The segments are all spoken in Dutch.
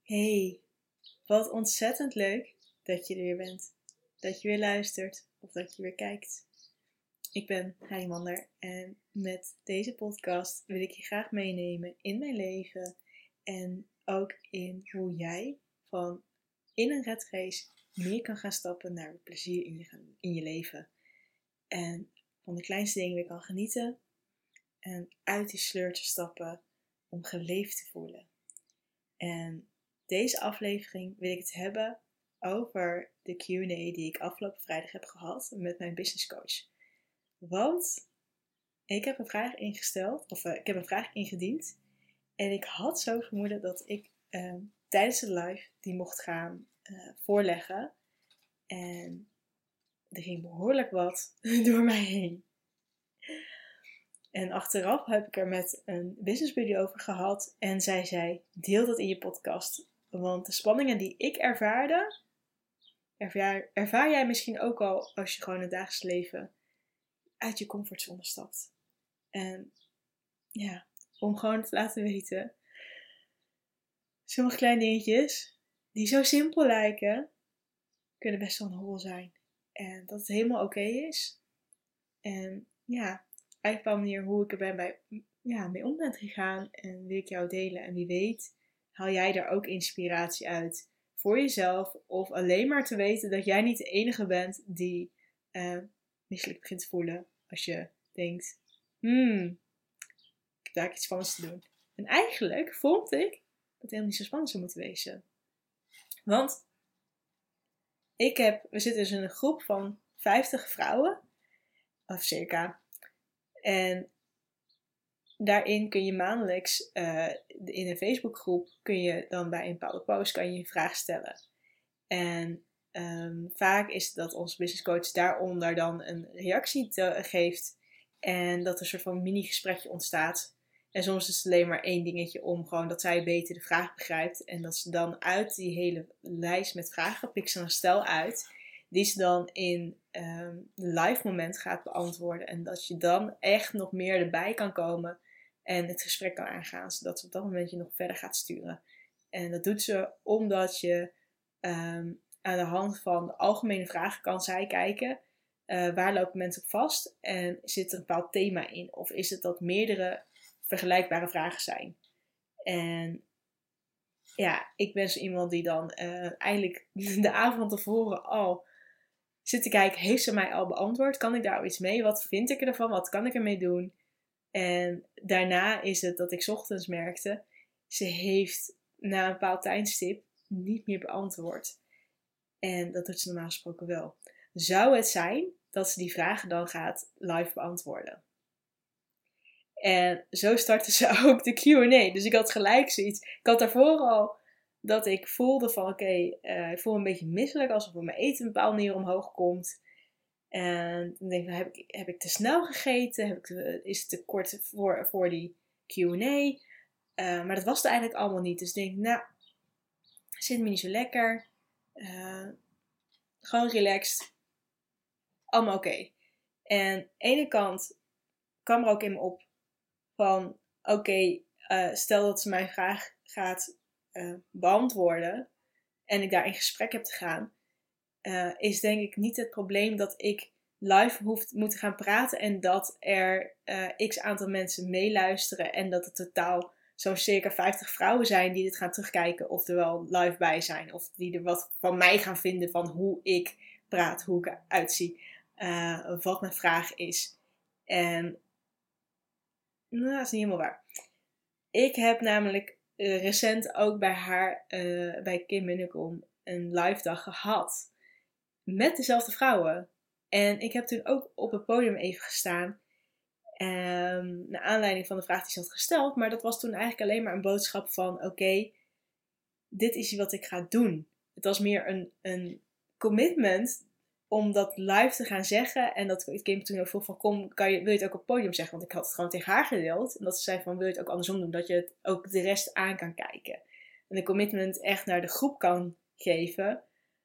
Hey, wat ontzettend leuk dat je er weer bent. Dat je weer luistert of dat je weer kijkt. Ik ben Heimander en met deze podcast wil ik je graag meenemen in mijn leven. En ook in hoe jij van in een red race meer kan gaan stappen naar plezier in je leven. En van de kleinste dingen weer kan genieten. En uit die sleur te stappen om geleefd te voelen. En deze aflevering wil ik het hebben over de Q&A die ik afgelopen vrijdag heb gehad met mijn business coach. Want ik heb een vraag ingesteld, ik heb een vraag ingediend. En ik had zo vermoeden dat ik tijdens de live die mocht gaan voorleggen. En er ging behoorlijk wat door mij heen. En achteraf heb ik er met een business buddy over gehad. En zij zei, deel dat in je podcast. Want de spanningen die ik ervaarde, ervaar jij misschien ook al als je gewoon in het dagelijks leven uit je comfortzone stapt. En ja, om gewoon te laten weten, sommige kleine dingetjes die zo simpel lijken, kunnen best wel een hobbel zijn. En dat het helemaal oké is. En ja, eigenlijk op een manier hoe ik er mee om ben gegaan en wil ik jou delen. En wie weet, haal jij daar ook inspiratie uit voor jezelf. Of alleen maar te weten dat jij niet de enige bent die misselijk begint te voelen. Als je denkt, ik heb daar iets spannends te doen. En eigenlijk vond ik dat het helemaal niet zo spannend zou moeten wezen. Want we zitten dus in een groep van 50 vrouwen. Of circa. En daarin kun je maandelijks in een Facebookgroep kun je dan bij een bepaalde post kan je vraag stellen. En vaak is het dat onze businesscoach daaronder dan een reactie geeft. En dat er een soort van mini-gesprekje ontstaat. En soms is het alleen maar één dingetje om gewoon dat zij beter de vraag begrijpt. En dat ze dan uit die hele lijst met vragen pikt ze een stel uit. Die ze dan in de live moment gaat beantwoorden. En dat je dan echt nog meer erbij kan komen. En het gesprek kan aangaan. Zodat ze op dat moment je nog verder gaat sturen. En dat doet ze omdat je aan de hand van de algemene vragen kan zij kijken. Waar lopen mensen op vast? En zit er een bepaald thema in? Of is het dat meerdere vergelijkbare vragen zijn? En ja, ik ben zo iemand die dan eigenlijk de avond tevoren al zit te kijken. Heeft ze mij al beantwoord? Kan ik daar al iets mee? Wat vind ik ervan? Wat kan ik ermee doen? En daarna is het dat ik 's ochtends merkte, ze heeft na een bepaald tijdstip niet meer beantwoord. En dat doet ze normaal gesproken wel. Zou het zijn dat ze die vragen dan gaat live beantwoorden? En zo startte ze ook de Q&A. Dus ik had gelijk zoiets. Ik had daarvoor al dat ik voelde van ik voel me een beetje misselijk. Alsof mijn eten op een bepaalde manier omhoog komt. En dan denk ik, heb ik te snel gegeten? Is het te kort voor die Q&A? Maar dat was het eigenlijk allemaal niet. Dus ik denk, zit me niet zo lekker. Gewoon relaxed. Allemaal oké. En aan de ene kant kwam er ook in me op van, stel dat ze mijn vraag gaat beantwoorden en ik daar in gesprek heb te gaan, is denk ik niet het probleem dat ik live moet gaan praten en dat er x aantal mensen meeluisteren en dat er totaal zo'n circa 50 vrouwen zijn die dit gaan terugkijken of er wel live bij zijn of die er wat van mij gaan vinden van hoe ik praat, hoe ik eruit zie, wat mijn vraag is. En dat is niet helemaal waar. Ik heb namelijk recent ook bij haar, bij Kim Munnekom, een live dag gehad. Met dezelfde vrouwen. En ik heb toen ook op het podium even gestaan. Naar aanleiding van de vraag die ze had gesteld. Maar dat was toen eigenlijk alleen maar een boodschap van dit is wat ik ga doen. Het was meer een commitment om dat live te gaan zeggen. En dat Kim toen ook vroeg van wil je het ook op het podium zeggen? Want ik had het gewoon tegen haar gedeeld. En dat ze zei van wil je het ook andersom doen? Dat je het ook de rest aan kan kijken. En een commitment echt naar de groep kan geven.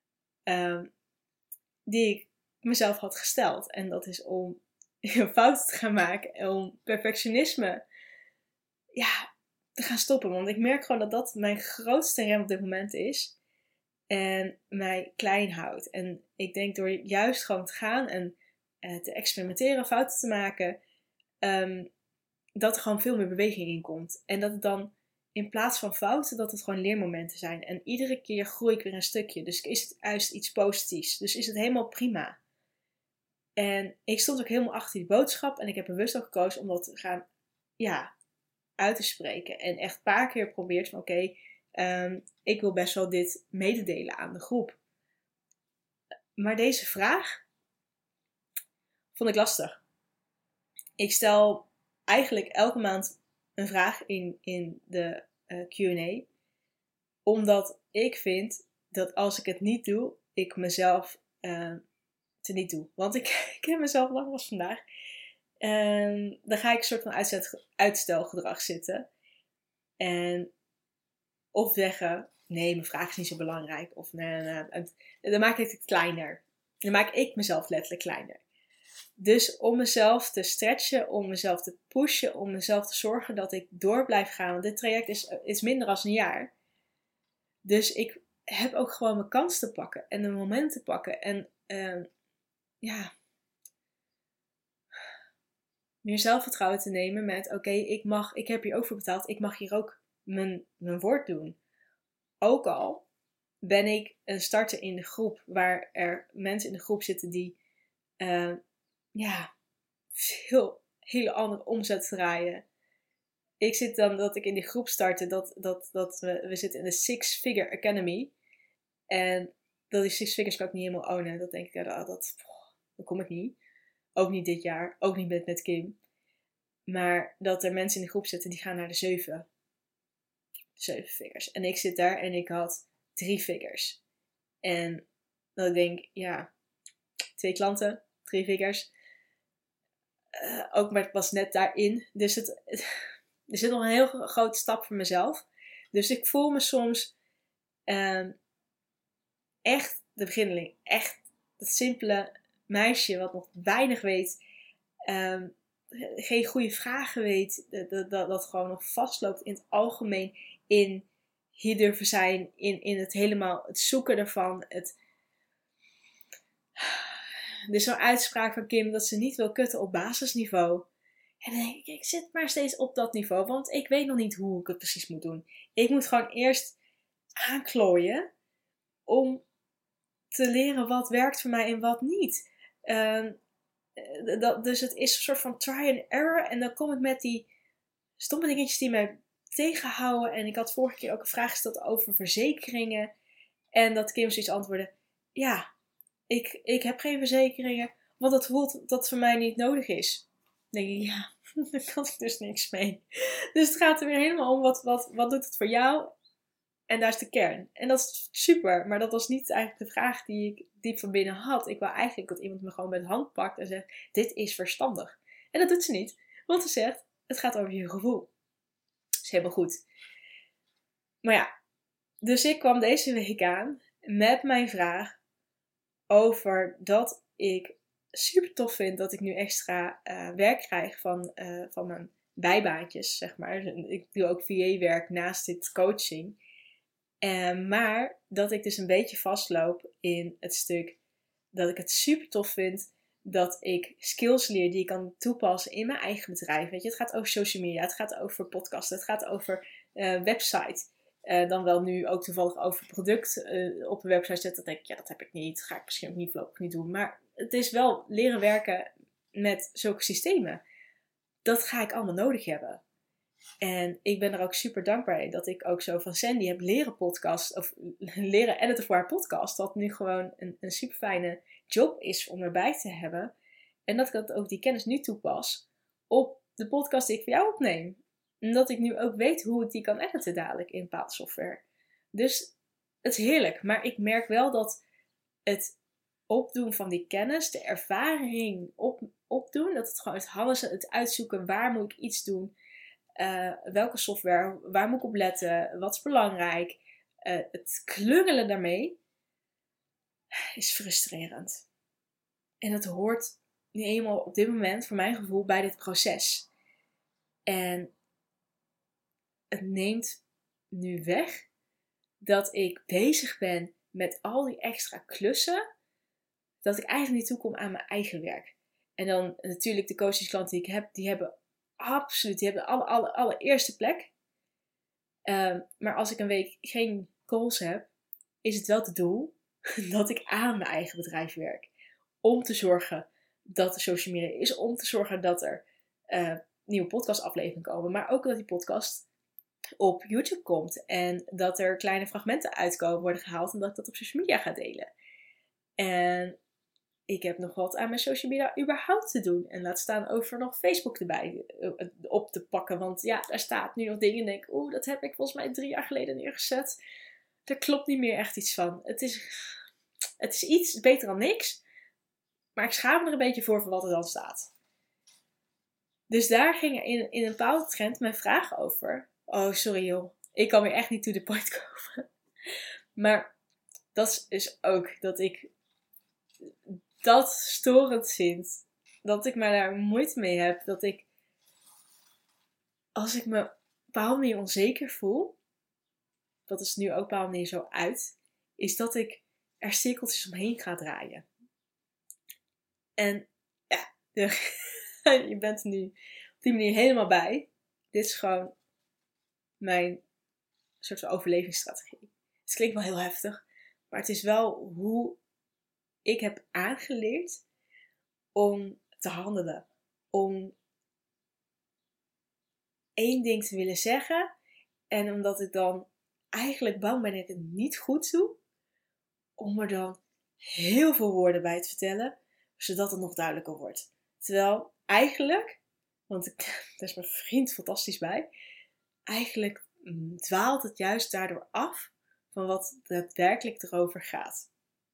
Die ik mezelf had gesteld. En dat is om fouten te gaan maken. En om perfectionisme te gaan stoppen. Want ik merk gewoon dat dat mijn grootste rem op dit moment is. En mij klein houdt. En ik denk door juist gewoon te gaan en te experimenteren, fouten te maken, dat er gewoon veel meer beweging in komt. En dat het dan in plaats van fouten, dat het gewoon leermomenten zijn. En iedere keer groei ik weer een stukje. Dus is het juist iets positiefs. Dus is het helemaal prima. En ik stond ook helemaal achter die boodschap. En ik heb bewust ook gekozen om dat te gaan uit te spreken. En echt een paar keer geprobeerd van oké, ik wil best wel dit mededelen aan de groep. Maar deze vraag vond ik lastig. Ik stel eigenlijk elke maand een vraag in de Q&A. Omdat ik vind dat als ik het niet doe, ik mezelf te niet doe. Want ik heb mezelf lang was vandaag. Dan ga ik een soort van uitstelgedrag zitten. En of zeggen, nee, mijn vraag is niet zo belangrijk. Of nee. Dan maak ik het kleiner. Dan maak ik mezelf letterlijk kleiner. Dus om mezelf te stretchen, om mezelf te pushen, om mezelf te zorgen dat ik door blijf gaan. Want dit traject is minder dan een jaar. Dus ik heb ook gewoon mijn kans te pakken en de momenten te pakken. En meer zelfvertrouwen te nemen met oké, ik heb hier ook voor betaald. Ik mag hier ook mijn woord doen. Ook al ben ik een starter in de groep waar er mensen in de groep zitten die veel hele andere omzet draaien. Ik zit dan dat ik in die groep startte, dat we zitten in de Six Figure Academy. En dat die Six Figures kan ik niet helemaal ownen. Dat denk ik, dat kom ik niet. Ook niet dit jaar, ook niet met Kim. Maar dat er mensen in de groep zitten die gaan naar de 7 figures. En ik zit daar en ik had 3 figures. En dat ik denk, 2 klanten, 3 figures. Ook maar het was net daarin. Dus er zit nog een heel grote stap voor mezelf. Dus ik voel me soms echt de beginneling. Echt dat simpele meisje wat nog weinig weet. Geen goede vragen weet. Dat gewoon nog vastloopt in het algemeen. In hier durven zijn. In het helemaal het zoeken ervan. Er is zo'n uitspraak van Kim dat ze niet wil kutten op basisniveau. En dan denk ik zit maar steeds op dat niveau. Want ik weet nog niet hoe ik het precies moet doen. Ik moet gewoon eerst aanklooien. Om te leren wat werkt voor mij en wat niet. Dus het is een soort van try and error. En dan kom ik met die stomme dingetjes die mij tegenhouden. En ik had vorige keer ook een vraag gesteld over verzekeringen. En dat Kim zoiets antwoordde. Ja, ik heb geen verzekeringen. Want het voelt dat het voor mij niet nodig is. Dan denk ik, ja, daar kan ik dus niks mee. Dus het gaat er weer helemaal om wat doet het voor jou. En daar is de kern. En dat is super. Maar dat was niet eigenlijk de vraag die ik diep van binnen had. Ik wou eigenlijk dat iemand me gewoon met de hand pakt en zegt, dit is verstandig. En dat doet ze niet. Want ze zegt, het gaat over je gevoel. Dat is helemaal goed. Maar ja, dus ik kwam deze week aan met mijn vraag over dat ik super tof vind dat ik nu extra werk krijg van mijn bijbaantjes, zeg maar. Ik doe ook VA-werk naast dit coaching. Maar dat ik dus een beetje vastloop in het stuk dat ik het super tof vind dat ik skills leer die ik kan toepassen in mijn eigen bedrijf. Weet je, het gaat over social media, het gaat over podcasten, het gaat over website. Dan wel nu ook toevallig over product op een website zetten. Dan denk ik, dat heb ik niet, ga ik misschien ook niet voorlopig niet doen. Maar het is wel leren werken met zulke systemen. Dat ga ik allemaal nodig hebben. En ik ben er ook super dankbaar in dat ik ook zo van Sandy heb leren podcast of leren editen voor haar podcast. Dat nu gewoon een super fijne job is om erbij te hebben. En dat ik dat ook die kennis nu toepas op de podcast die ik voor jou opneem. En dat ik nu ook weet hoe ik die kan editen dadelijk in bepaalde software. Dus het is heerlijk. Maar ik merk wel dat het opdoen van die kennis, de ervaring opdoen, dat het gewoon het handen, het uitzoeken, waar moet ik iets doen. Welke software, waar moet ik op letten, wat is belangrijk. Het klungelen daarmee is frustrerend. En dat hoort nu eenmaal op dit moment, voor mijn gevoel, bij dit proces. En het neemt nu weg dat ik bezig ben met al die extra klussen, dat ik eigenlijk niet toekom aan mijn eigen werk. En dan natuurlijk de coachingsklanten die ik heb, die hebben de allereerste plek. Maar als ik een week geen calls heb, is het wel het doel dat ik aan mijn eigen bedrijf werk. Om te zorgen dat er social media is, om te zorgen dat er nieuwe podcastafleveringen komen, maar ook dat die podcast op YouTube komt en dat er kleine fragmenten uitkomen, worden gehaald en dat ik dat op social media ga delen. En ik heb nog wat aan mijn social media überhaupt te doen. En laat staan over nog Facebook erbij op te pakken. Want ja, daar staat nu nog dingen en denk dat heb ik volgens mij 3 jaar geleden neergezet. Daar klopt niet meer echt iets van. Het is iets beter dan niks. Maar ik schaam me er een beetje voor wat er dan staat. Dus daar ging in een bepaalde trend mijn vraag over. Oh, sorry joh. Ik kan weer echt niet to the point komen. Maar dat is dus ook dat ik dat storend vind. Dat ik maar daar moeite mee heb. Dat ik, als ik me op een bepaalde manier onzeker voel, dat is nu ook op een bepaalde manier zo uit, is dat ik er cirkeltjes omheen ga draaien. En ja, je bent er nu op die manier helemaal bij. Dit is gewoon mijn soort van overlevingsstrategie. Het klinkt wel heel heftig, maar het is wel hoe ik heb aangeleerd om te handelen. Om één ding te willen zeggen. En omdat ik dan eigenlijk bang ben dat ik het niet goed doe. Om er dan heel veel woorden bij te vertellen. Zodat het nog duidelijker wordt. Terwijl eigenlijk, want daar is mijn vriend fantastisch bij. Eigenlijk dwaalt het juist daardoor af van wat daadwerkelijk erover gaat.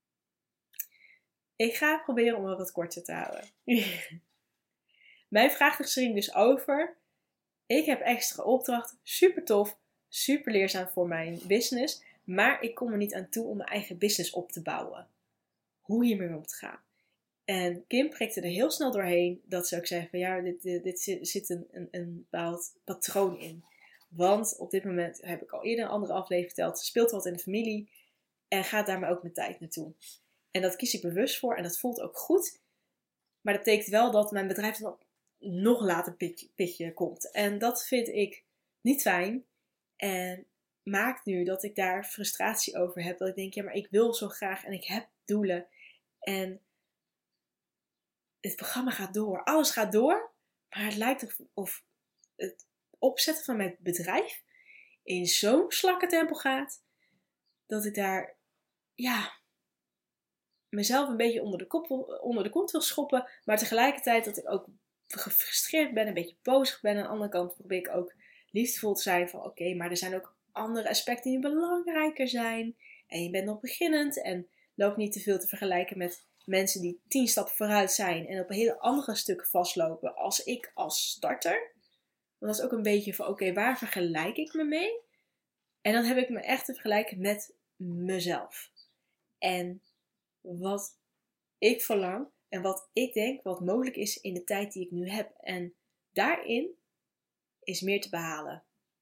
Ik ga proberen om het wat korter te houden. Mijn vraag ging dus over. Ik heb extra opdrachten. Super tof. Super leerzaam voor mijn business. Maar ik kom er niet aan toe om mijn eigen business op te bouwen. Hoe hiermee om te gaan. En Kim prikte er heel snel doorheen. Dat ze ook zei van ja, dit zit een bepaald patroon in. Want op dit moment heb ik al eerder een andere aflevering verteld. Speelt wat in de familie. En gaat daar maar ook mijn tijd naartoe. En dat kies ik bewust voor. En dat voelt ook goed. Maar dat betekent wel dat mijn bedrijf dan nog later pitje komt. En dat vind ik niet fijn. En maakt nu dat ik daar frustratie over heb. Dat ik denk, ja, maar ik wil zo graag en ik heb doelen. En het programma gaat door. Alles gaat door. Maar het lijkt of het opzetten van mijn bedrijf in zo'n slakkentempo gaat. Dat ik daar, mezelf een beetje onder de kont wil schoppen. Maar tegelijkertijd dat ik ook gefrustreerd ben, een beetje bozig ben. Aan de andere kant probeer ik ook liefdevol te zijn van oké, maar er zijn ook andere aspecten die belangrijker zijn. En je bent nog beginnend en loop niet te veel te vergelijken met mensen die 10 stappen vooruit zijn en op een hele andere stukken vastlopen als ik als starter. Want dat is ook een beetje van oké, waar vergelijk ik me mee? En dan heb ik me echt te vergelijken met mezelf. En wat ik verlang en wat ik denk wat mogelijk is in de tijd die ik nu heb. En daarin is meer te behalen.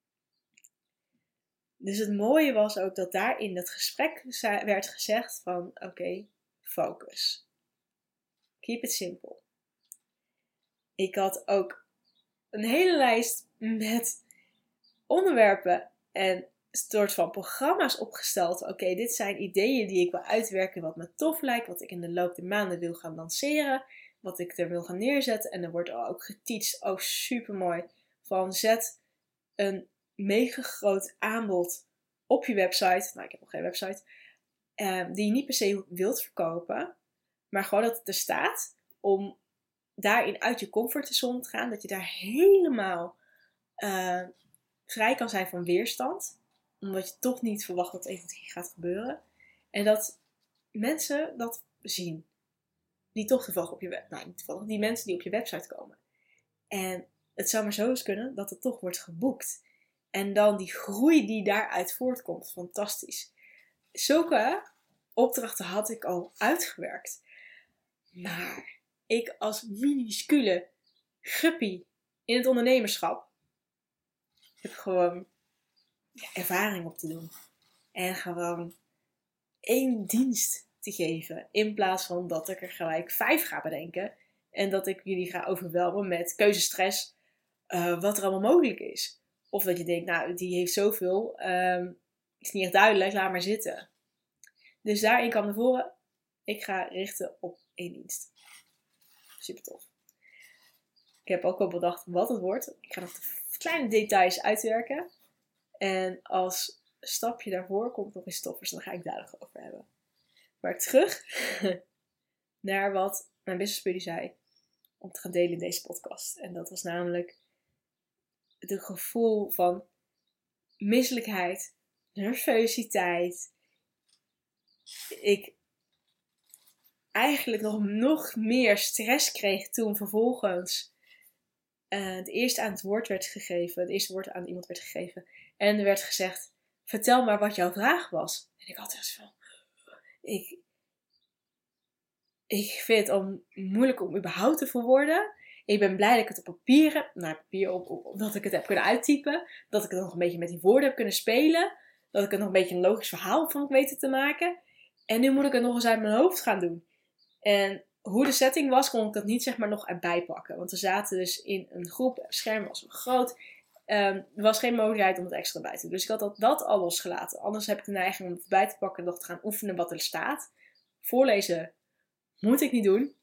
Dus het mooie was ook dat daar in dat gesprek werd gezegd van oké, focus. Keep it simple. Ik had ook een hele lijst met onderwerpen en soort van programma's opgesteld. Oké, dit zijn ideeën die ik wil uitwerken, wat me tof lijkt, wat ik in de loop der maanden wil gaan lanceren, wat ik er wil gaan neerzetten. En er wordt ook geteacht, super mooi, van zet een mega groot aanbod op je website. Nou, ik heb nog geen website. Die je niet per se wilt verkopen, maar gewoon dat het er staat om daarin uit je comfortzone te gaan. Dat je daar helemaal vrij kan zijn van weerstand. Omdat je toch niet verwacht dat eventueel gaat gebeuren. En dat mensen dat zien. Die toch toevallig op je website. Niet toevallig. Die mensen die op je website komen. En het zou maar zo eens kunnen dat het toch wordt geboekt. En dan die groei die daaruit voortkomt. Fantastisch. Zulke opdrachten had ik al uitgewerkt. Maar ik als minuscule guppy in het ondernemerschap heb gewoon ervaring op te doen. En gewoon 1 dienst te geven. In plaats van dat ik er gelijk 5 ga bedenken. En dat ik jullie ga overwelmen met keuzestress. Wat er allemaal mogelijk is. Of dat je denkt, nou, die heeft zoveel. Is niet echt duidelijk, laat maar zitten. Dus daarin kwam naar voren. Ik ga richten op 1 dienst. Super tof. Ik heb ook al bedacht wat het wordt. Ik ga nog de kleine details uitwerken. En als stapje daarvoor komt nog iets toppers. Dan ga ik daar nog over hebben. Maar terug naar wat mijn business buddy zei. Om te gaan delen in deze podcast. En dat was namelijk het gevoel van misselijkheid. Nervositeit. Ik eigenlijk nog meer stress kreeg toen vervolgens het eerste aan het woord werd gegeven. Het eerste woord aan iemand werd gegeven. En er werd gezegd, vertel maar wat jouw vraag was. En ik had echt van, ik vind het al moeilijk om überhaupt te verwoorden. Ik ben blij dat ik het op papier heb. Nou, dat ik het heb kunnen uittypen. Dat ik het nog een beetje met die woorden heb kunnen spelen. Dat ik er nog een beetje een logisch verhaal van heb weten te maken. En nu moet ik het nog eens uit mijn hoofd gaan doen. En hoe de setting was, kon ik dat niet zeg maar nog erbij pakken. Want we zaten dus in een groep. Het scherm was groot. Er was geen mogelijkheid om het extra bij te doen. Dus ik had dat al losgelaten. Anders heb ik de neiging om het bij te pakken en nog te gaan oefenen wat er staat. Voorlezen moet ik niet doen.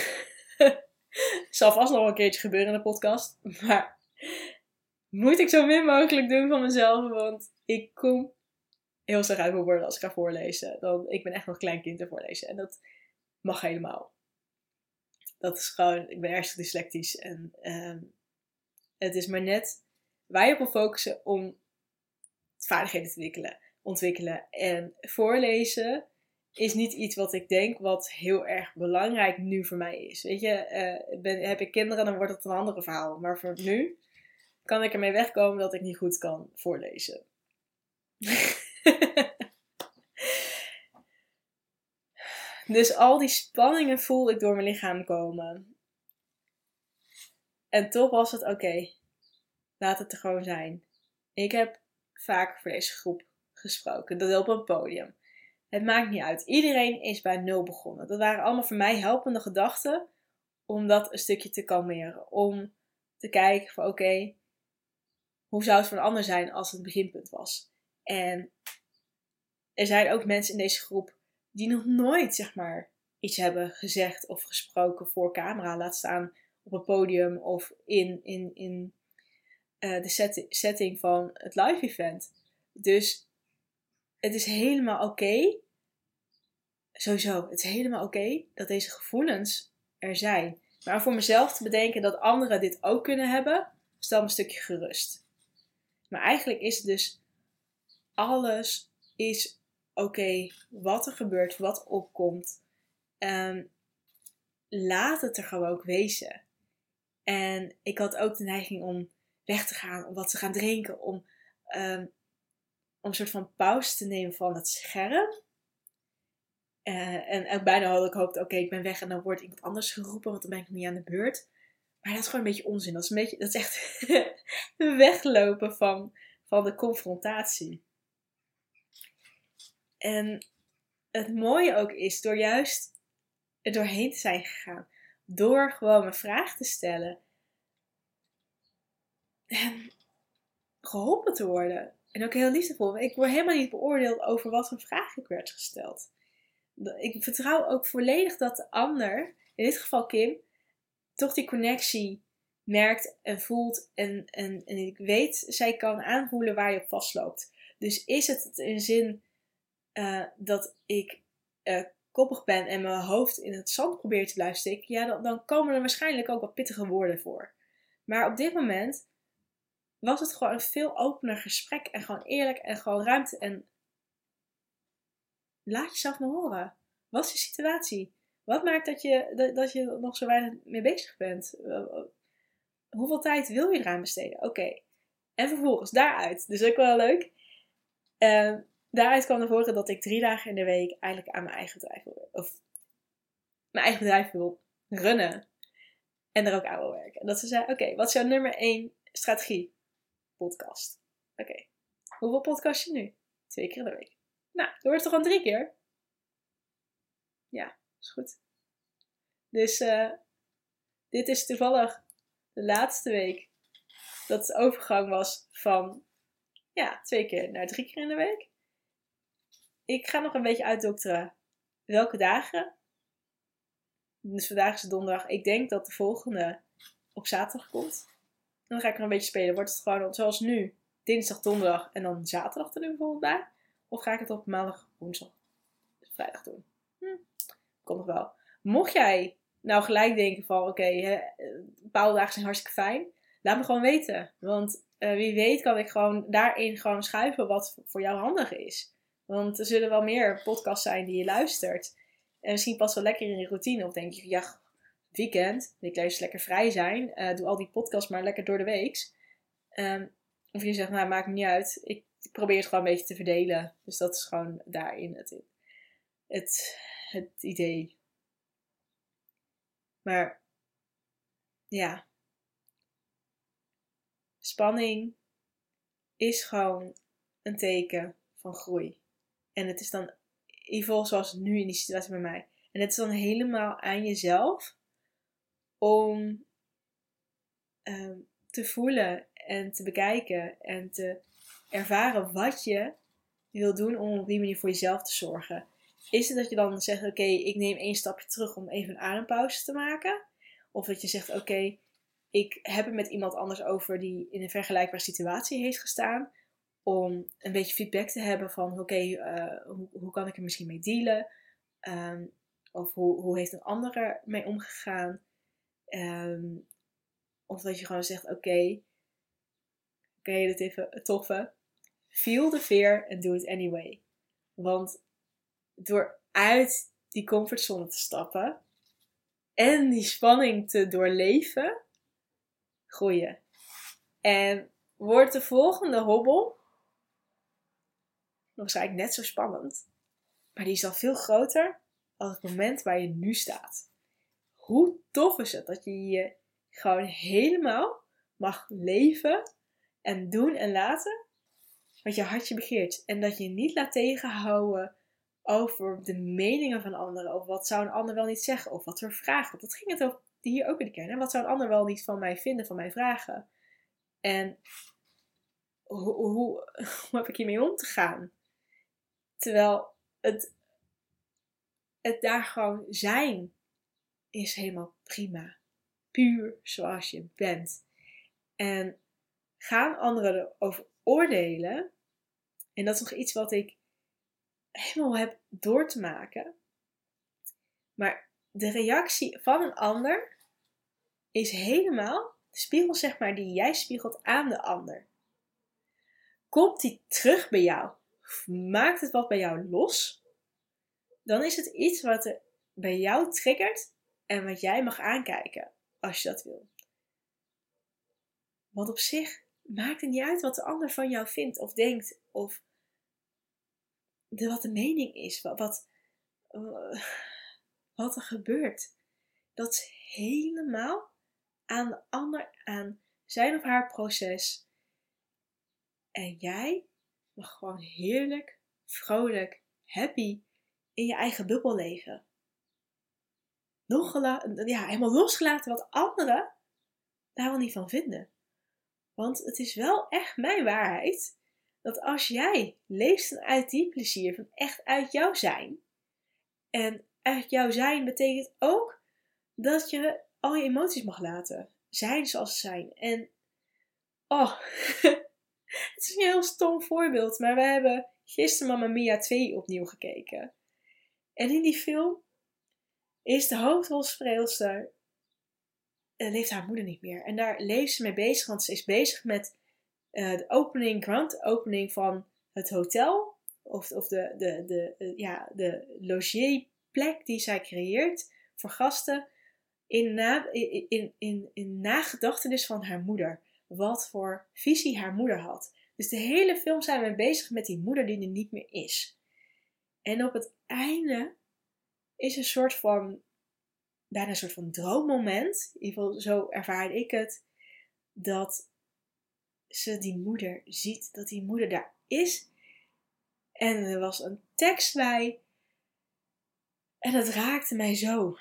Zal vast nog een keertje gebeuren in de podcast. Maar moet ik zo min mogelijk doen van mezelf. Want ik kom heel slecht uit mijn woorden als ik ga voorlezen. Ik ben echt nog een klein kind te voorlezen. En dat mag helemaal. Dat is gewoon, ik ben erg dyslectisch. En het is maar net waar je op wil focussen om vaardigheden te ontwikkelen. En voorlezen is niet iets wat ik denk wat heel erg belangrijk nu voor mij is. Weet je, heb ik kinderen, dan wordt het een andere verhaal. Maar voor nu kan ik ermee wegkomen dat ik niet goed kan voorlezen. Dus al die spanningen voel ik door mijn lichaam komen. En toch was het oké. Laat het er gewoon zijn. Ik heb vaak voor deze groep gesproken. Dat op een podium. Het maakt niet uit. Iedereen is bij 0 begonnen. Dat waren allemaal voor mij helpende gedachten. Om dat een stukje te kalmeren. Om te kijken van oké, hoe zou het voor een ander zijn als het beginpunt was. En er zijn ook mensen in deze groep die nog nooit zeg maar iets hebben gezegd of gesproken voor camera. Laat staan op een podium of in de setting van het live event. Dus het is helemaal oké. Sowieso, het is helemaal oké dat deze gevoelens er zijn. Maar voor mezelf te bedenken dat anderen dit ook kunnen hebben, stel me een stukje gerust. Maar eigenlijk is het dus, alles is oké. Wat er gebeurt, wat opkomt. Laat het er gewoon ook wezen. En ik had ook de neiging om weg te gaan, om wat te gaan drinken, om een soort van pauze te nemen van het scherm. En ook bijna had ik gehoopt, oké, ik ben weg en dan wordt iemand anders geroepen, want dan ben ik nog niet aan de beurt. Maar dat is gewoon een beetje onzin. Dat is echt weglopen van de confrontatie. En het mooie ook is, door juist er doorheen te zijn gegaan, door gewoon mijn vraag te stellen en geholpen te worden. En ook heel liefdevol. Ik word helemaal niet beoordeeld over wat voor vraag ik werd gesteld. Ik vertrouw ook volledig dat de ander, in dit geval Kim, toch die connectie merkt en voelt. En ik weet, zij kan aanvoelen waar je op vastloopt. Dus is het in zin dat ik koppig ben en mijn hoofd in het zand probeer te blijven steken, ja, dan komen er waarschijnlijk ook wat pittige woorden voor. Maar op dit moment was het gewoon een veel opener gesprek en gewoon eerlijk en gewoon ruimte en laat jezelf maar horen. Wat is de situatie? Wat maakt dat je nog zo weinig mee bezig bent? Hoeveel tijd wil je eraan besteden? Oké. En vervolgens daaruit, dus ook wel leuk. Daaruit kwam naar voren dat ik 3 dagen in de week eigenlijk aan mijn eigen bedrijf wil, of mijn eigen bedrijf wil runnen. En er ook aan wil werken. En dat ze zei, oké, wat is jouw nummer 1 strategie? Podcast. Oké. Hoeveel podcast je nu? 2 keer in de week. Nou, dan wordt het toch gewoon 3 keer? Ja, is goed. Dus dit is toevallig de laatste week dat de overgang was van 2 keer naar 3 keer in de week. Ik ga nog een beetje uitdokteren welke dagen. Dus vandaag is het donderdag. Ik denk dat de volgende op zaterdag komt. En dan ga ik er een beetje spelen. Wordt het gewoon zoals nu, dinsdag, donderdag en dan zaterdag er nu bijvoorbeeld bij? Of ga ik het op maandag, woensdag, vrijdag doen? Komt nog wel. Mocht jij nou gelijk denken van oké, bepaalde dagen zijn hartstikke fijn. Laat me gewoon weten. Want wie weet kan ik gewoon daarin gewoon schuiven wat voor jou handig is. Want er zullen wel meer podcasts zijn die je luistert. En misschien past wel lekker in je routine. Of denk je, ja, weekend, wil ik juist lekker vrij zijn. Doe al die podcasts maar lekker door de week. Of je zegt, nou maakt me niet uit. Ik probeer het gewoon een beetje te verdelen. Dus dat is gewoon daarin het idee. Maar ja, spanning is gewoon een teken van groei. En het is dan, in ieder geval zoals nu in die situatie bij mij. En het is dan helemaal aan jezelf om te voelen en te bekijken en te ervaren wat je wil doen om op die manier voor jezelf te zorgen. Is het dat je dan zegt, oké, ik neem 1 stapje terug om even een adempauze te maken? Of dat je zegt, oké, ik heb het met iemand anders over die in een vergelijkbare situatie heeft gestaan. Om een beetje feedback te hebben van, oké, hoe kan ik er misschien mee dealen? Of hoe heeft een ander er mee omgegaan? Of dat je gewoon zegt, oké, kan je dit even toffe? Feel the fear and do it anyway. Want door uit die comfortzone te stappen en die spanning te doorleven, groeien. En wordt de volgende hobbel waarschijnlijk net zo spannend, maar die is al veel groter als het moment waar je nu staat. Hoe tof is het dat je je gewoon helemaal mag leven en doen en laten wat je hartje begeert. En dat je niet laat tegenhouden over de meningen van anderen. Of wat zou een ander wel niet zeggen. Of wat voor vragen. Dat ging het ook hier ook in de kern. En wat zou een ander wel niet van mij vinden, van mij vragen. En hoe heb ik hiermee om te gaan? Terwijl het daar gewoon zijn is helemaal prima. Puur zoals je bent. En gaan anderen erover oordelen. En dat is nog iets wat ik helemaal heb door te maken. Maar de reactie van een ander is helemaal de spiegel, zeg maar, die jij spiegelt aan de ander. Komt die terug bij jou? Maakt het wat bij jou los? Dan is het iets wat er bij jou triggert en wat jij mag aankijken als je dat wil. Want op zich maakt het niet uit wat de ander van jou vindt of denkt of wat de mening is, wat er gebeurt. Dat is helemaal aan de ander, aan zijn of haar proces. En jij mag gewoon heerlijk, vrolijk, happy in je eigen bubbel leven. Helemaal losgelaten wat anderen daar wel niet van vinden. Want het is wel echt mijn waarheid dat als jij leeft uit die plezier van echt uit jouw zijn. En uit jouw zijn betekent ook dat je al je emoties mag laten zijn zoals ze zijn. En het is een heel stom voorbeeld, maar we hebben gisteren Mamma Mia 2 opnieuw gekeken. En in die film is de hoofdrolspeelster leeft haar moeder niet meer. En daar leeft ze mee bezig, want ze is bezig met de grand opening van het hotel. Of de logeerplek die zij creëert voor gasten. In nagedachtenis van haar moeder. Wat voor visie haar moeder had. Dus de hele film zijn we bezig met die moeder die er niet meer is. En op het einde is bijna een soort van droommoment. In ieder geval zo ervaarde ik het. Dat ze die moeder ziet. Dat die moeder daar is. En er was een tekst bij. En dat raakte mij zo.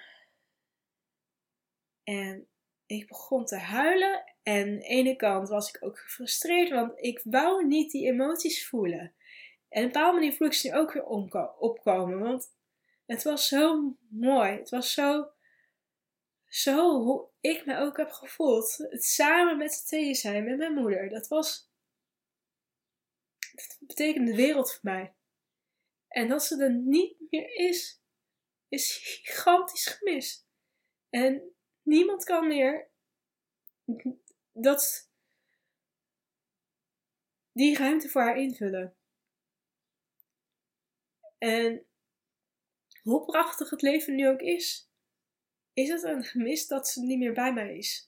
En ik begon te huilen. En aan de ene kant was ik ook gefrustreerd. Want ik wou niet die emoties voelen. En op een bepaalde manier voel ik ze nu ook weer opkomen. Want het was zo mooi. Het was zo hoe ik me ook heb gevoeld. Het samen met z'n tweeën zijn met mijn moeder. Dat betekende de wereld voor mij. En dat ze er niet meer is gigantisch gemist. En niemand kan meer die ruimte voor haar invullen. En hoe prachtig het leven nu ook is het een gemis dat ze niet meer bij mij is.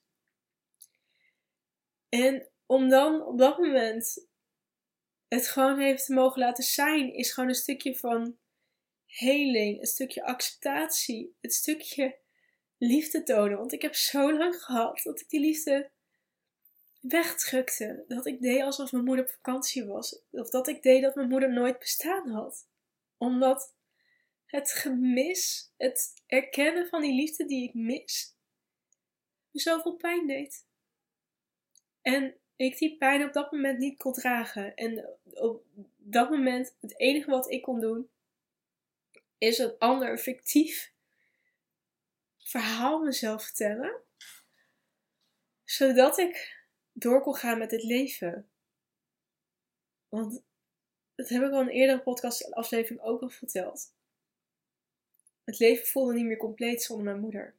En om dan op dat moment het gewoon even te mogen laten zijn, is gewoon een stukje van heling, een stukje acceptatie, het stukje liefde tonen. Want ik heb zo lang gehad dat ik die liefde wegdrukte. Dat ik deed alsof mijn moeder op vakantie was. Of dat ik deed dat mijn moeder nooit bestaan had. Omdat het gemis, het erkennen van die liefde die ik mis, me zoveel pijn deed. En ik die pijn op dat moment niet kon dragen. En op dat moment, het enige wat ik kon doen, is een ander fictief verhaal mezelf vertellen. Zodat ik door kon gaan met het leven. Want dat heb ik al in een eerdere podcastaflevering ook al verteld. Het leven voelde niet meer compleet zonder mijn moeder.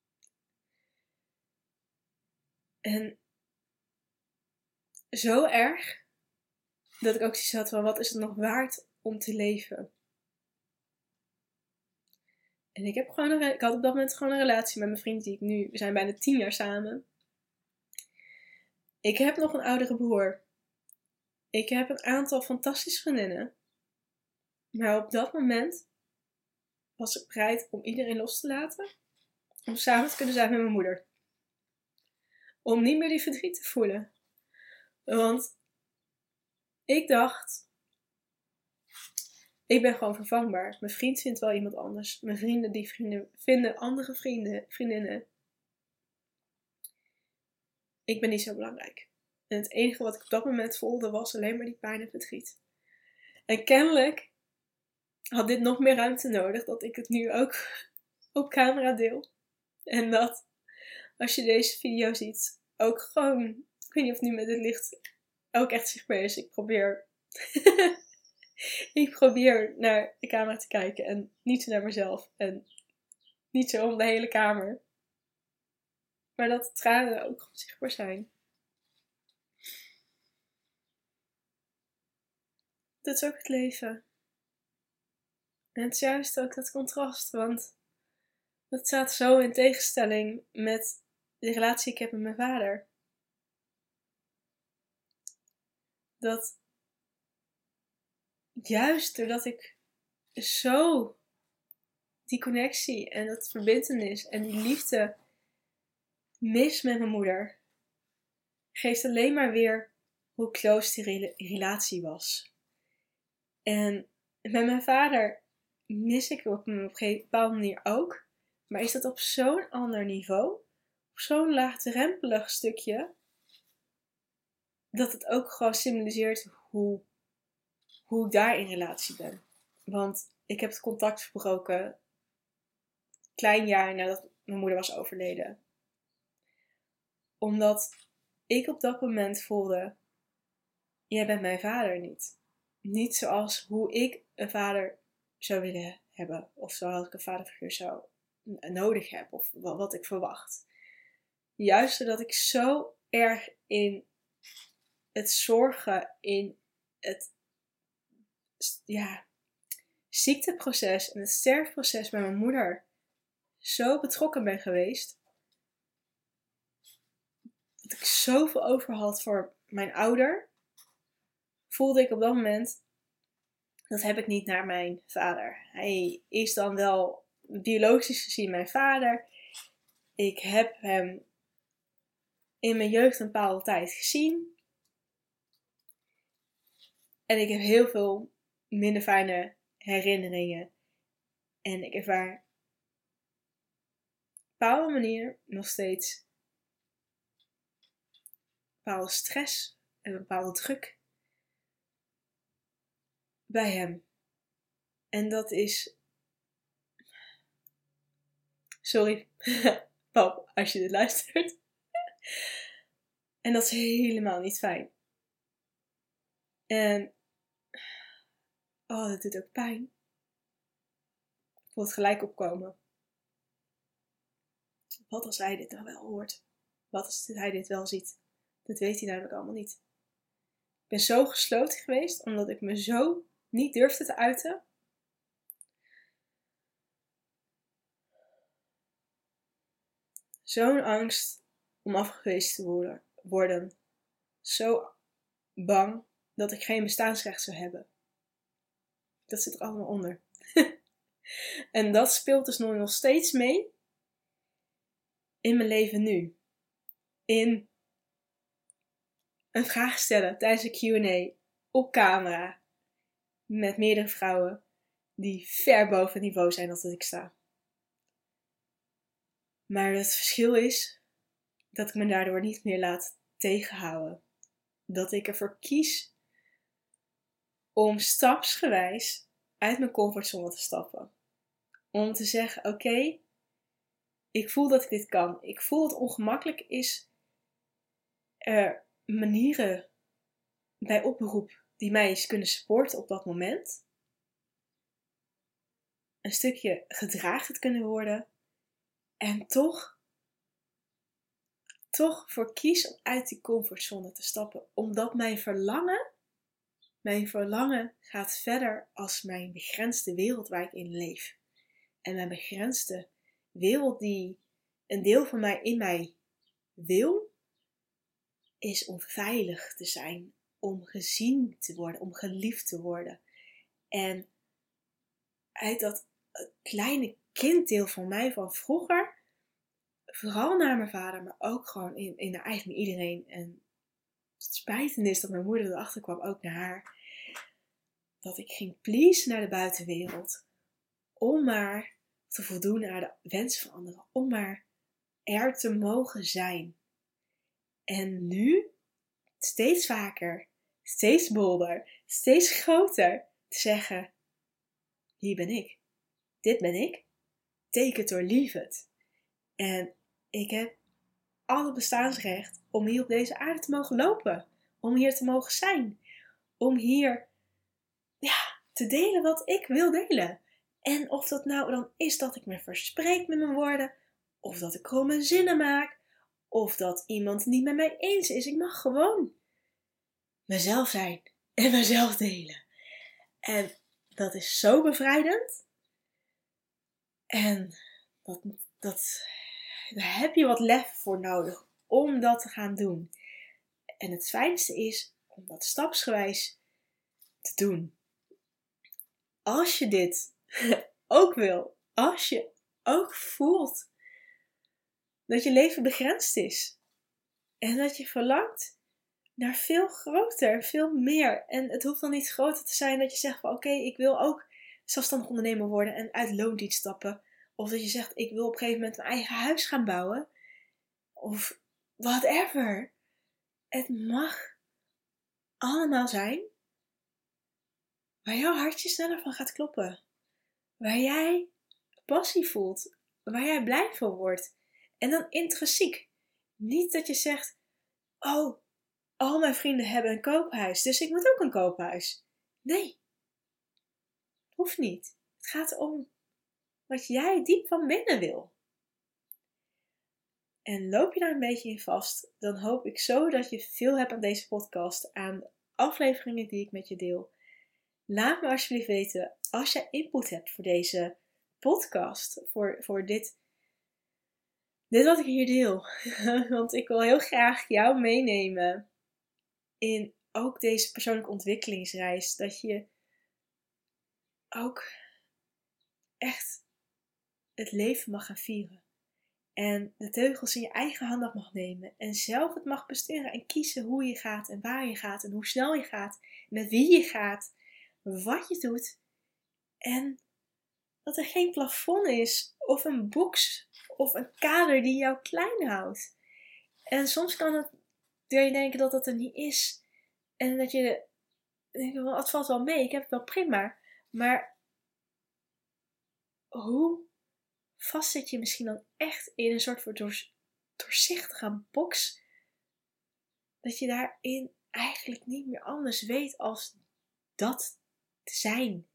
En zo erg dat ik ook zoiets had van, wat is het nog waard om te leven? En ik had op dat moment gewoon een relatie met mijn vriend we zijn bijna 10 jaar samen. Ik heb nog een oudere broer. Ik heb een aantal fantastische vriendinnen. Maar op dat moment was ik bereid om iedereen los te laten. Om samen te kunnen zijn met mijn moeder. Om niet meer die verdriet te voelen. Want ik dacht, ik ben gewoon vervangbaar. Mijn vriend vindt wel iemand anders. Mijn vrienden vinden andere vriendinnen. Ik ben niet zo belangrijk. En het enige wat ik op dat moment voelde was alleen maar die pijn en verdriet. En kennelijk had dit nog meer ruimte nodig, dat ik het nu ook op camera deel. En dat, als je deze video ziet, ook gewoon, ik weet niet of nu met het licht ook echt zichtbaar is. Ik probeer naar de camera te kijken en niet zo naar mezelf. En niet zo om de hele kamer. Maar dat de tranen ook gewoon zichtbaar zijn. Dat is ook het leven. En het is juist ook dat contrast, want dat staat zo in tegenstelling met de relatie die ik heb met mijn vader. Dat juist doordat ik zo die connectie en dat verbintenis en die liefde mis met mijn moeder, geeft alleen maar weer hoe close die relatie was. En met mijn vader mis ik op een bepaalde manier ook. Maar is dat op zo'n ander niveau, op zo'n laagdrempelig stukje, dat het ook gewoon symboliseert hoe ik daar in relatie ben. Want ik heb het contact verbroken een klein jaar nadat mijn moeder was overleden. Omdat ik op dat moment voelde, jij bent mijn vader niet. Niet zoals hoe ik een vader zou willen hebben. Of zoals ik een vaderfiguur nodig heb. Of wat ik verwacht. Juist doordat ik zo erg in het zorgen, in het ziekteproces en het sterfproces bij mijn moeder zo betrokken ben geweest. Dat ik zoveel over had voor mijn ouder. Voelde ik op dat moment, dat heb ik niet naar mijn vader. Hij is dan wel biologisch gezien mijn vader. Ik heb hem in mijn jeugd een bepaalde tijd gezien. En ik heb heel veel minder fijne herinneringen. En ik ervaar op een bepaalde manier nog steeds een bepaalde stress en een bepaalde druk bij hem. En dat is... Sorry, pap, als je dit luistert. En dat is helemaal niet fijn. En... Oh, dat doet ook pijn. Ik voel het gelijk opkomen. Wat als hij dit nou wel hoort? Wat als hij dit wel ziet? Dat weet hij namelijk allemaal niet. Ik ben zo gesloten geweest, omdat ik me zo niet durfde te uiten. Zo'n angst om afgewezen te worden. Zo bang dat ik geen bestaansrecht zou hebben. Dat zit er allemaal onder. En dat speelt dus nog steeds mee in mijn leven nu. In een vraag stellen tijdens een Q&A op camera met meerdere vrouwen die ver boven het niveau zijn dat ik sta. Maar het verschil is dat ik me daardoor niet meer laat tegenhouden. Dat ik ervoor kies om stapsgewijs uit mijn comfortzone te stappen. Om te zeggen, oké, ik voel dat ik dit kan. Ik voel dat het ongemakkelijk is. Manieren bij oproep die mij eens kunnen supporten op dat moment. Een stukje gedragen kunnen worden. En toch voor kies om uit die comfortzone te stappen. Omdat mijn verlangen gaat verder als mijn begrensde wereld waar ik in leef. En mijn begrensde wereld die een deel van mij in mij wil, is om veilig te zijn. Om gezien te worden, om geliefd te worden. En uit dat kleine kinddeel van mij van vroeger, vooral naar mijn vader, maar ook gewoon in eigenlijk iedereen. En het spijtende is dat mijn moeder erachter kwam, ook naar haar. Dat ik ging pleasen naar de buitenwereld. Om maar te voldoen aan de wensen van anderen. Om maar er te mogen zijn. En nu, steeds vaker, steeds bolder, steeds groter, te zeggen, hier ben ik. Dit ben ik. Take it or leave it. En ik heb alle bestaansrecht om hier op deze aarde te mogen lopen. Om hier te mogen zijn. Om hier te delen wat ik wil delen. En of dat nou dan is dat ik me verspreek met mijn woorden. Of dat ik kromme zinnen maak. Of dat iemand het niet met mij eens is. Ik mag gewoon mezelf zijn. En mezelf delen. En dat is zo bevrijdend. En daar heb je wat lef voor nodig om dat te gaan doen. En het fijnste is om dat stapsgewijs te doen. Als je dit ook wil, als je ook voelt dat je leven begrensd is en dat je verlangt naar veel groter, veel meer. En het hoeft dan niet groter te zijn dat je zegt van oké, ik wil ook zelfstandig ondernemer worden en uit loondienst stappen. Of dat je zegt, ik wil op een gegeven moment mijn eigen huis gaan bouwen. Of whatever. Het mag allemaal zijn waar jouw hartje sneller van gaat kloppen. Waar jij passie voelt. Waar jij blij van wordt. En dan intrinsiek. Niet dat je zegt, oh, al mijn vrienden hebben een koophuis, dus ik moet ook een koophuis. Nee. Hoeft niet. Het gaat om wat jij diep van binnen wil. En loop je daar een beetje in vast, dan hoop ik zo dat je veel hebt aan deze podcast, aan afleveringen die ik met je deel. Laat me alsjeblieft weten als je input hebt voor deze podcast, voor dit wat ik hier deel. Want ik wil heel graag jou meenemen in ook deze persoonlijke ontwikkelingsreis. Dat je ook echt het leven mag gaan vieren. En de teugels in je eigen handen mag nemen. En zelf het mag besturen en kiezen hoe je gaat en waar je gaat en hoe snel je gaat. Met wie je gaat. Wat je doet. En dat er geen plafond is of een box of een kader die jou klein houdt. En soms kan het door je denken dat dat er niet is. En dat je denkt, het valt wel mee, ik heb het wel prima. Maar hoe vast zit je misschien dan echt in een soort van doorzichtige box, dat je daarin eigenlijk niet meer anders weet als dat te zijn.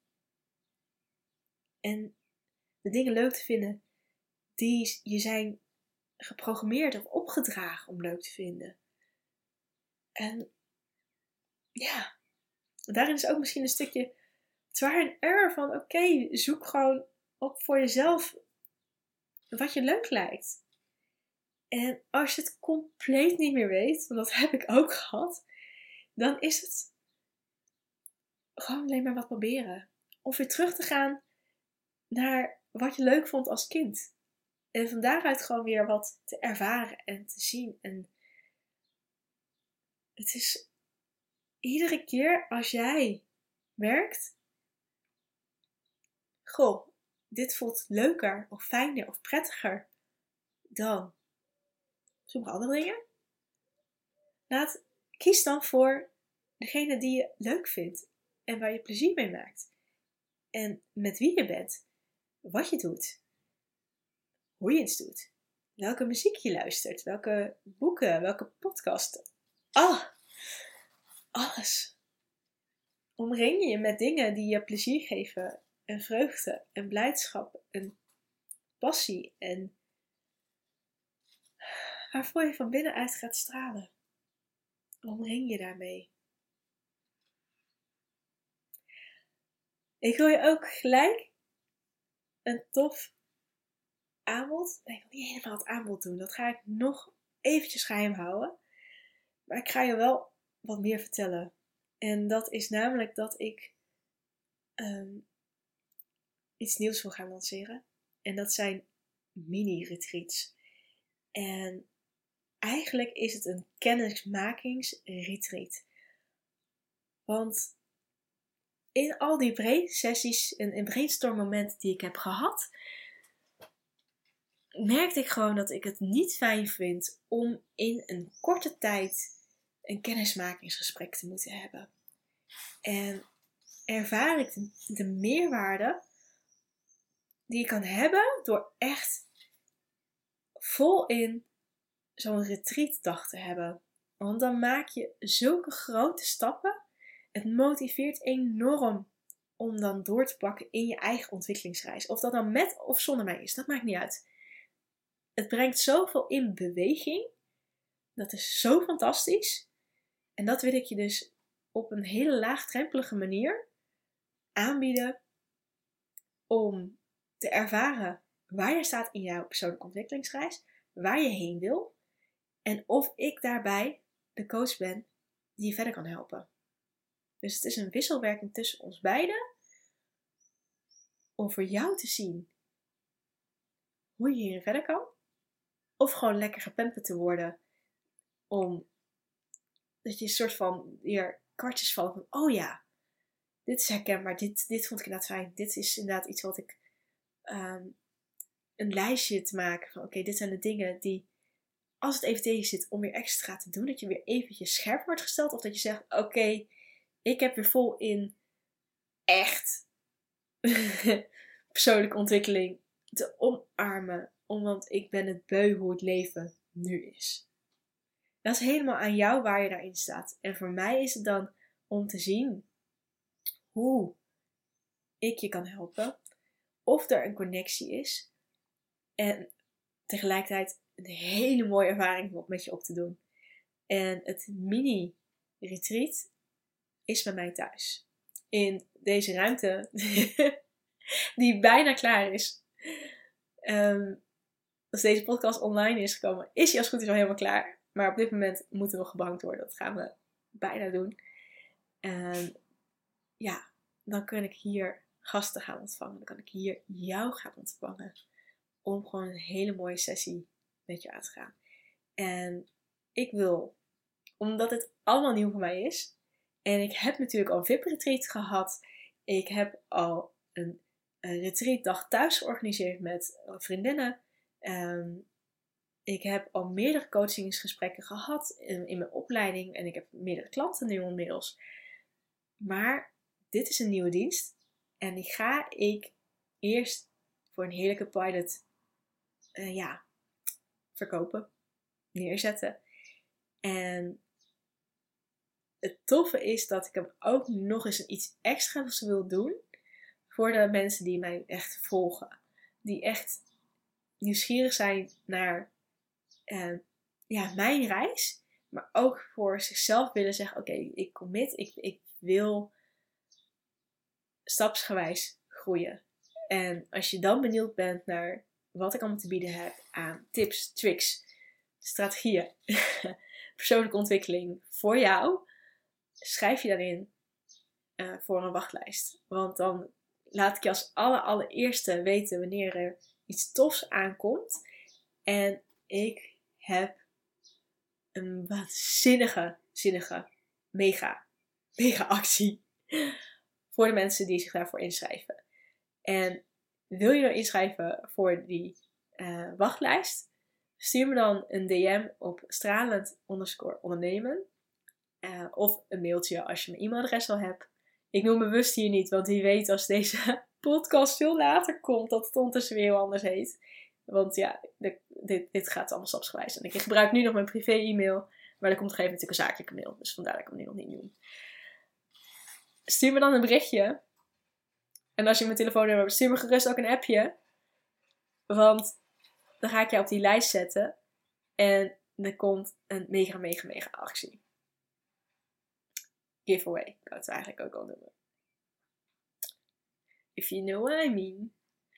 En de dingen leuk te vinden die je zijn geprogrammeerd of opgedragen om leuk te vinden. En ja, daarin is ook misschien een stukje trial and error van oké, zoek gewoon op voor jezelf wat je leuk lijkt. En als je het compleet niet meer weet, want dat heb ik ook gehad, dan is het gewoon alleen maar wat proberen. Of weer terug te gaan naar wat je leuk vond als kind. En van daaruit gewoon weer wat te ervaren en te zien. En het is iedere keer als jij merkt, goh, dit voelt leuker of fijner of prettiger dan sommige andere dingen. Kies dan voor degene die je leuk vindt en waar je plezier mee maakt. En met wie je bent, wat je doet, hoe je iets doet, welke muziek je luistert, welke boeken, welke podcast. Alles. Omring je met dingen die je plezier geven en vreugde en blijdschap en passie en waarvoor je van binnenuit gaat stralen. Omring je daarmee. Ik wil je ook gelijk een tof aanbod. Nee, ik wil niet helemaal het aanbod doen. Dat ga ik nog eventjes geheim houden. Maar ik ga je wel wat meer vertellen. En dat is namelijk dat ik iets nieuws wil gaan lanceren. En dat zijn mini-retreats. En eigenlijk is het een kennismakingsretreat. Want in al die brainsessies en brainstormmomenten die ik heb gehad, merkte ik gewoon dat ik het niet fijn vind om in een korte tijd een kennismakingsgesprek te moeten hebben. En ervaar ik de meerwaarde die je kan hebben door echt vol in zo'n retreatdag te hebben. Want dan maak je zulke grote stappen. Het motiveert enorm om dan door te pakken in je eigen ontwikkelingsreis. Of dat dan met of zonder mij is, dat maakt niet uit. Het brengt zoveel in beweging. Dat is zo fantastisch. En dat wil ik je dus op een hele laagdrempelige manier aanbieden om te ervaren waar je staat in jouw persoonlijke ontwikkelingsreis, waar je heen wil en of ik daarbij de coach ben die je verder kan helpen. Dus het is een wisselwerking tussen ons beiden om voor jou te zien hoe je hierin verder kan of gewoon lekker gepamperd te worden om dat je een soort van weer kwartjes valt van oh ja, dit is herkenbaar, dit vond ik inderdaad fijn, dit is inderdaad iets wat ik een lijstje te maken van oké, dit zijn de dingen die als het even tegen zit om weer extra te doen, dat je weer eventjes scherp wordt gesteld of dat je zegt oké, ik heb weer vol in echt persoonlijke ontwikkeling te omarmen, want ik ben het beu hoe het leven nu is. Dat is helemaal aan jou waar je daarin staat. En voor mij is het dan om te zien hoe ik je kan helpen, of er een connectie is en tegelijkertijd een hele mooie ervaring om met je op te doen. En het mini-retreat is bij mij thuis. In deze ruimte die bijna klaar is. Als deze podcast online is gekomen, is hij als het goed is al helemaal klaar. Maar op dit moment moet er nog gebouwd worden. Dat gaan we bijna doen. En ja, dan kan ik hier gasten gaan ontvangen. Dan kan ik hier jou gaan ontvangen. Om gewoon een hele mooie sessie met je aan te gaan. En ik wil, omdat het allemaal nieuw voor mij is. En ik heb natuurlijk al een VIP-retreat gehad. Ik heb al een retreatdag thuis georganiseerd met vriendinnen. Ik heb al meerdere coachingsgesprekken gehad in mijn opleiding. En ik heb meerdere klanten nu inmiddels. Maar dit is een nieuwe dienst. En die ga ik eerst voor een heerlijke pilot verkopen. Neerzetten. En het toffe is dat ik hem ook nog eens iets extra's wil doen. Voor de mensen die mij echt volgen. Die echt nieuwsgierig zijn naar mijn reis. Maar ook voor zichzelf willen zeggen. Oké, ik commit. Ik wil stapsgewijs groeien. En als je dan benieuwd bent naar wat ik allemaal te bieden heb aan tips, tricks, strategieën, persoonlijke ontwikkeling voor jou, schrijf je daarin voor een wachtlijst. Want dan laat ik je als allereerste weten wanneer er iets tofs aankomt. En ik heb een waanzinnige, mega actie voor de mensen die zich daarvoor inschrijven. En wil je er inschrijven voor die wachtlijst? Stuur me dan een DM op stralend_ondernemen. Of een mailtje als je mijn e-mailadres al hebt. Ik noem bewust hier niet, want wie weet als deze podcast veel later komt, dat het ondertussen weer heel anders heet. Want ja, dit gaat allemaal stapsgewijs. En ik gebruik nu nog mijn privé e-mail, maar er komt op een gegeven moment natuurlijk een zakelijke mail. Dus vandaar dat ik hem nu nog niet noem. Stuur me dan een berichtje. En als je mijn telefoon hebt, stuur me gerust ook een appje. Want dan ga ik jou op die lijst zetten. En er komt een mega actie. Giveaway, ik kan het eigenlijk ook al noemen. If you know what I mean.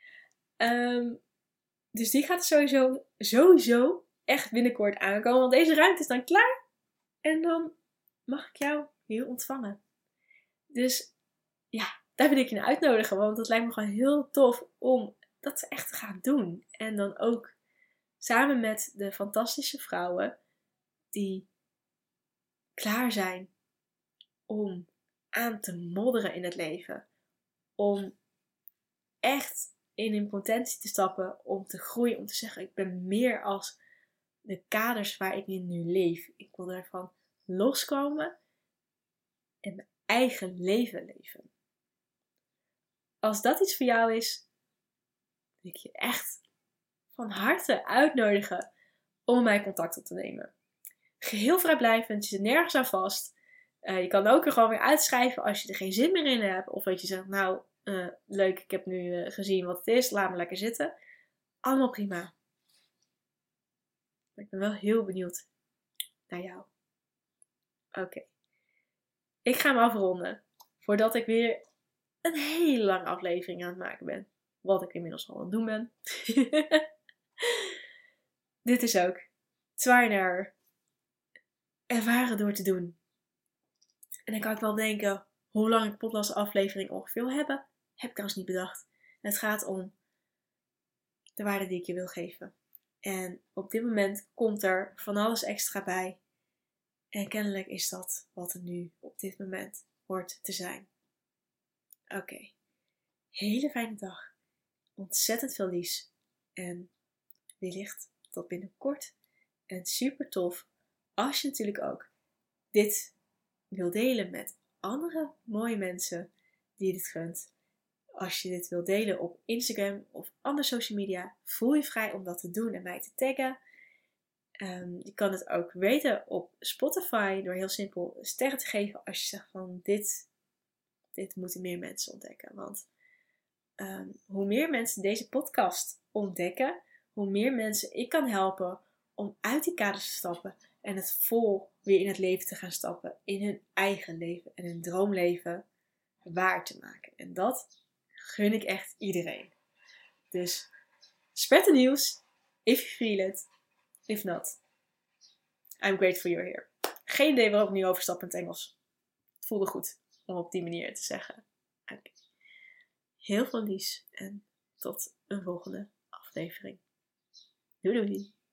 Dus die gaat sowieso echt binnenkort aankomen. Want deze ruimte is dan klaar. En dan mag ik jou hier ontvangen. Dus ja, daar wil ik je naar uitnodigen. Want het lijkt me gewoon heel tof om dat echt te gaan doen. En dan ook samen met de fantastische vrouwen die klaar zijn om aan te modderen in het leven. Om echt in hun potentie te stappen. Om te groeien. Om te zeggen, ik ben meer als de kaders waar ik in nu leef. Ik wil ervan loskomen. En mijn eigen leven leven. Als dat iets voor jou is, wil ik je echt van harte uitnodigen om met mij contact op te nemen. Geheel vrijblijvend, je zit nergens aan vast. Je kan ook er gewoon weer uitschrijven als je er geen zin meer in hebt. Of dat je zegt, nou leuk, ik heb nu gezien wat het is, laat me lekker zitten. Allemaal prima. Maar ik ben wel heel benieuwd naar jou. Oké. Ik ga hem afronden. Voordat ik weer een hele lange aflevering aan het maken ben. Wat ik inmiddels al aan het doen ben. Dit is ook trial ervaren door te doen. En dan kan ik wel denken hoe lang ik podcast aflevering ongeveer wil hebben. Heb ik trouwens niet bedacht. Het gaat om de waarde die ik je wil geven. En op dit moment komt er van alles extra bij. En kennelijk is dat wat er nu op dit moment hoort te zijn. Oké. Hele fijne dag. Ontzettend veel liefs. En wellicht tot binnenkort. En super tof als je natuurlijk ook dit wil delen met andere mooie mensen die je dit gunt. Als je dit wil delen op Instagram of andere social media, voel je vrij om dat te doen en mij te taggen. Je kan het ook raten op Spotify door heel simpel sterren te geven als je zegt van dit moeten meer mensen ontdekken. Want hoe meer mensen deze podcast ontdekken, hoe meer mensen ik kan helpen om uit die kaders te stappen en het vol weer in het leven te gaan stappen. In hun eigen leven en hun droomleven waar te maken. En dat gun ik echt iedereen. Dus spread the news if you feel it. If not, I'm grateful you're here. Geen idee waarop ik nu overstap in het Engels. Het voelde goed om op die manier te zeggen. Okay. Heel veel liefs en tot een volgende aflevering. Doei doei!